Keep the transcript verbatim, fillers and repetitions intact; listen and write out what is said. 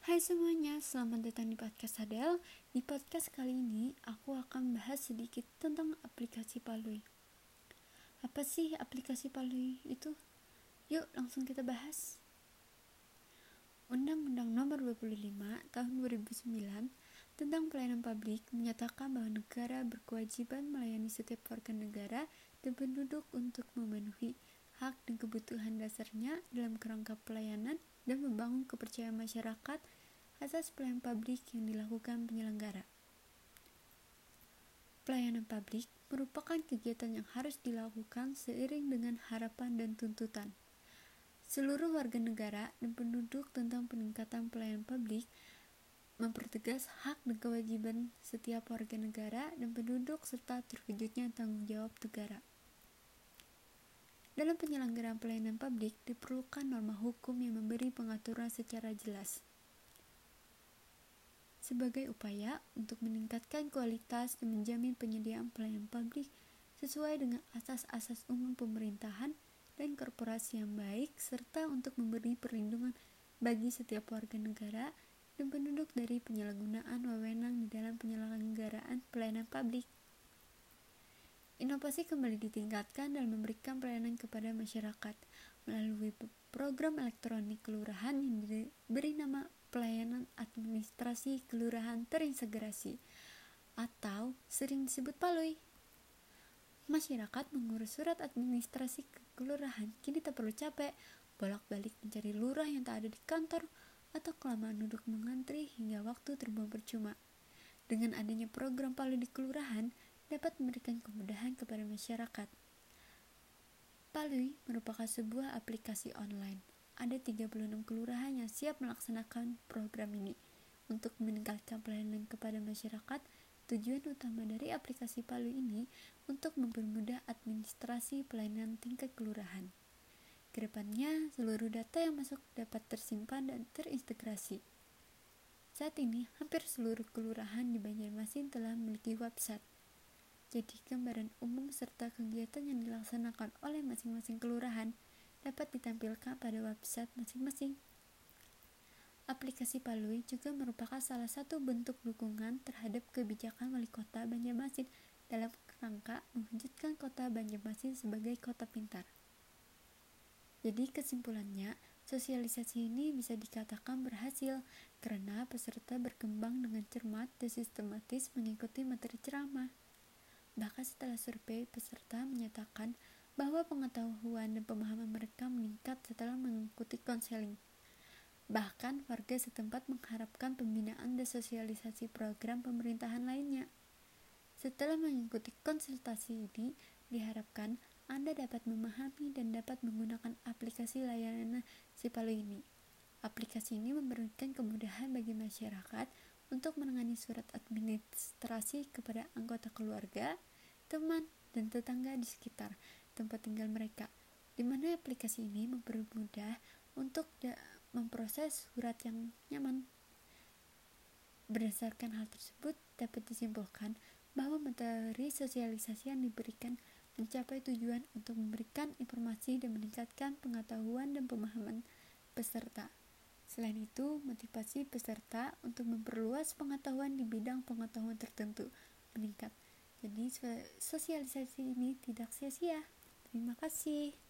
Hai semuanya, selamat datang di podcast Adel. Di podcast kali ini, aku akan bahas sedikit tentang aplikasi Palui. Apa sih aplikasi Palui itu? Yuk langsung kita bahas. Undang-Undang Nomor dua puluh lima Tahun dua ribu sembilan tentang pelayanan publik menyatakan bahwa negara berkewajiban melayani setiap warga negara dan penduduk untuk memenuhi hak dan kebutuhan dasarnya dalam kerangka pelayanan dan membangun kepercayaan masyarakat atas pelayanan publik yang dilakukan penyelenggara. Pelayanan publik merupakan kegiatan yang harus dilakukan seiring dengan harapan dan tuntutan seluruh warga negara dan penduduk tentang peningkatan pelayanan publik, mempertegas hak dan kewajiban setiap warga negara dan penduduk serta terwujudnya tanggung jawab negara. Dalam penyelenggaraan pelayanan publik diperlukan norma hukum yang memberi pengaturan secara jelas sebagai upaya untuk meningkatkan kualitas dan menjamin penyediaan pelayanan publik sesuai dengan asas-asas umum pemerintahan dan korporasi yang baik, serta untuk memberi perlindungan bagi setiap warga negara dan penduduk dari penyalahgunaan wewenang di dalam penyelenggaraan pelayanan publik. Inovasi kembali ditingkatkan dalam memberikan pelayanan kepada masyarakat melalui program elektronik kelurahan yang diberi nama Pelayanan Administrasi Kelurahan Terintegrasi atau sering disebut Palui. Masyarakat mengurus surat administrasi kelurahan kini tak perlu capek bolak-balik mencari lurah yang tak ada di kantor atau kelamaan duduk mengantri hingga waktu terbuang percuma. Dengan adanya program Palui di kelurahan dapat memberikan kemudahan kepada masyarakat. Palui merupakan sebuah aplikasi online. Ada tiga puluh enam kelurahan yang siap melaksanakan program ini. Untuk meningkatkan pelayanan kepada masyarakat, tujuan utama dari aplikasi Palui ini untuk mempermudah administrasi pelayanan tingkat kelurahan. Kedepannya, seluruh data yang masuk dapat tersimpan dan terintegrasi. Saat ini, hampir seluruh kelurahan di Banjarmasin telah memiliki website. Jadi, gambaran umum serta kegiatan yang dilaksanakan oleh masing-masing kelurahan dapat ditampilkan pada website masing-masing. Aplikasi Palui juga merupakan salah satu bentuk dukungan terhadap kebijakan Wali Kota Banjarmasin dalam rangka mewujudkan Kota Banjarmasin sebagai kota pintar. Jadi kesimpulannya, sosialisasi ini bisa dikatakan berhasil karena peserta berkembang dengan cermat dan sistematis mengikuti materi ceramah. Bahkan setelah survei, peserta menyatakan bahwa pengetahuan dan pemahaman mereka meningkat setelah mengikuti konseling. Bahkan warga setempat mengharapkan pembinaan dan sosialisasi program pemerintahan lainnya. Setelah mengikuti konsultasi ini, diharapkan Anda dapat memahami dan dapat menggunakan aplikasi layanan si Palui ini. Aplikasi ini memberikan kemudahan bagi masyarakat untuk menangani surat administrasi kepada anggota keluarga, teman, dan tetangga di sekitar tempat tinggal mereka, di mana aplikasi ini mempermudah untuk da- memproses surat yang nyaman. Berdasarkan hal tersebut, dapat disimpulkan bahwa materi sosialisasi yang diberikan mencapai tujuan untuk memberikan informasi dan meningkatkan pengetahuan dan pemahaman peserta. Selain itu, motivasi peserta untuk memperluas pengetahuan di bidang pengetahuan tertentu meningkat. Jadi, sosialisasi ini tidak sia-sia. Terima kasih.